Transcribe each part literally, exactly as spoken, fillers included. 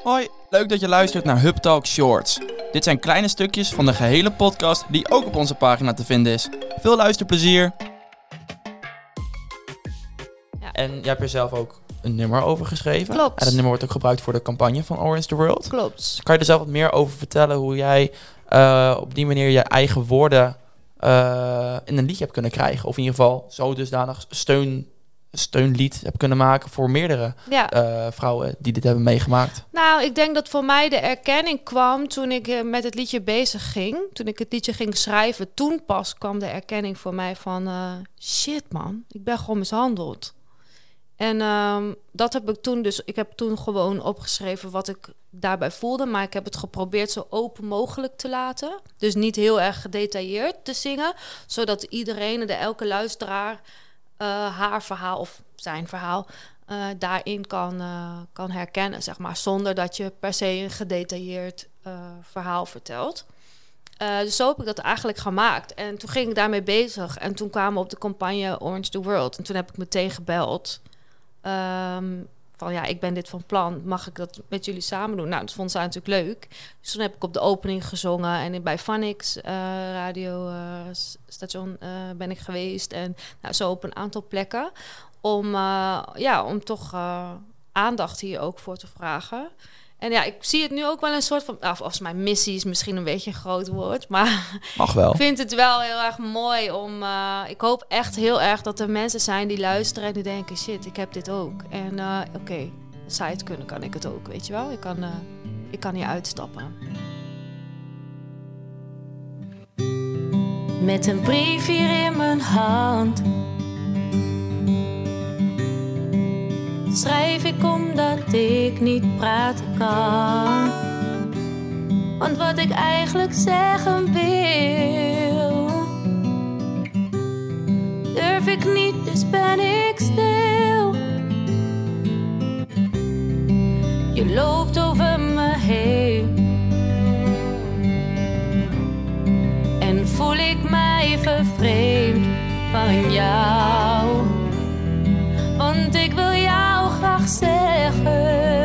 Hoi, leuk dat je luistert naar Hub Talk Shorts. Dit zijn kleine stukjes van de gehele podcast die ook op onze pagina te vinden is. Veel luisterplezier. Ja. En jij hebt er zelf ook een nummer over geschreven. Klopt. En dat nummer wordt ook gebruikt voor de campagne van Orange the World. Klopt. Kan je er zelf wat meer over vertellen hoe jij uh, op die manier je eigen woorden uh, in een liedje hebt kunnen krijgen? Of in ieder geval zo dusdanig steun... steunlied heb kunnen maken voor meerdere ja. uh, vrouwen die dit hebben meegemaakt? Nou, ik denk dat voor mij de erkenning kwam toen ik uh, met het liedje bezig ging. Toen ik het liedje ging schrijven, toen pas kwam de erkenning voor mij van... Uh, shit man, ik ben gewoon mishandeld. En um, dat heb ik toen dus... Ik heb toen gewoon opgeschreven wat ik daarbij voelde. Maar ik heb het geprobeerd zo open mogelijk te laten. Dus niet heel erg gedetailleerd te zingen. Zodat iedereen, de elke luisteraar... Uh, haar verhaal of zijn verhaal uh, daarin kan, uh, kan herkennen, zeg maar, zonder dat je per se een gedetailleerd uh, verhaal vertelt. Uh, dus zo heb ik dat eigenlijk gemaakt. En toen ging ik daarmee bezig. En toen kwamen we op de campagne Orange the World. En toen heb ik meteen gebeld. Um, van ja, ik ben dit van plan. Mag ik dat met jullie samen doen? Nou, dat vonden zij natuurlijk leuk. Dus toen heb ik op de opening gezongen. En bij Phonix uh, radio uh, station uh, ben ik geweest. En nou, zo op een aantal plekken. Om, uh, ja, om toch uh, aandacht hier ook voor te vragen. En ja, ik zie het nu ook wel een soort van... Of als mijn missie is misschien een beetje een groot woord. Maar mag wel. Ik vind het wel heel erg mooi om... Uh, ik hoop echt heel erg dat er mensen zijn die luisteren... en die denken, shit, ik heb dit ook. En uh, oké, okay, als zij het kunnen, kan ik het ook, weet je wel. Ik kan, uh, ik kan hier uitstappen. Met een brief hier in mijn hand... schrijf ik omdat ik niet praten kan. Want wat ik eigenlijk zeggen wil, durf ik niet, dus ben ik stil. Je loopt over me heen en voel ik mij vervreemd van jou. Want ik wil jou graag zeggen,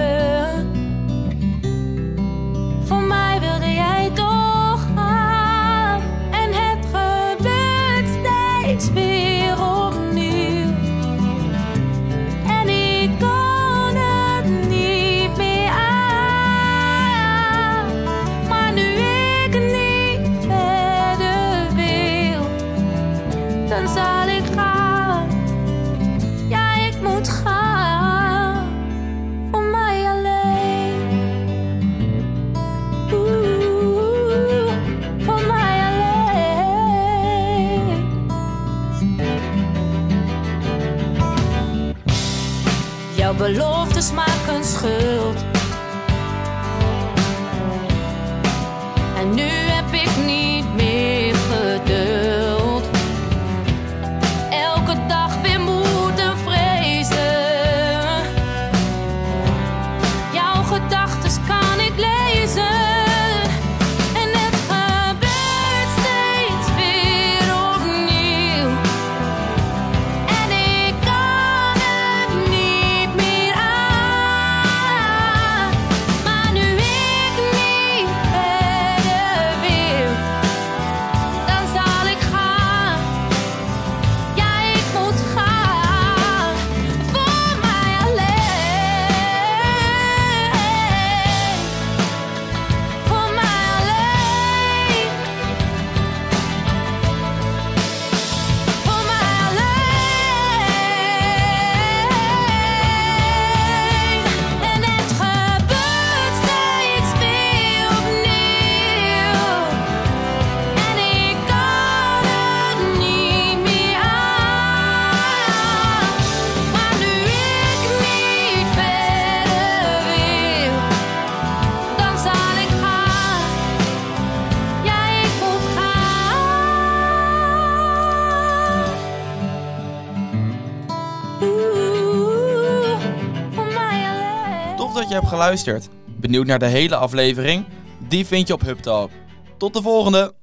voor mij wilde jij toch gaan. En het gebeurt steeds weer opnieuw. En ik kan het niet meer aan. Maar nu ik niet verder wil, dan zal ik gaan. Moet gaan voor mij alleen. Oeh, voor mij alleen. Jouw beloftes maken schuld. En nu heb ik niet meer geduld. Elke dag weer moe. Dat je hebt geluisterd. Benieuwd naar de hele aflevering? Die vind je op Hub Talk. Tot de volgende!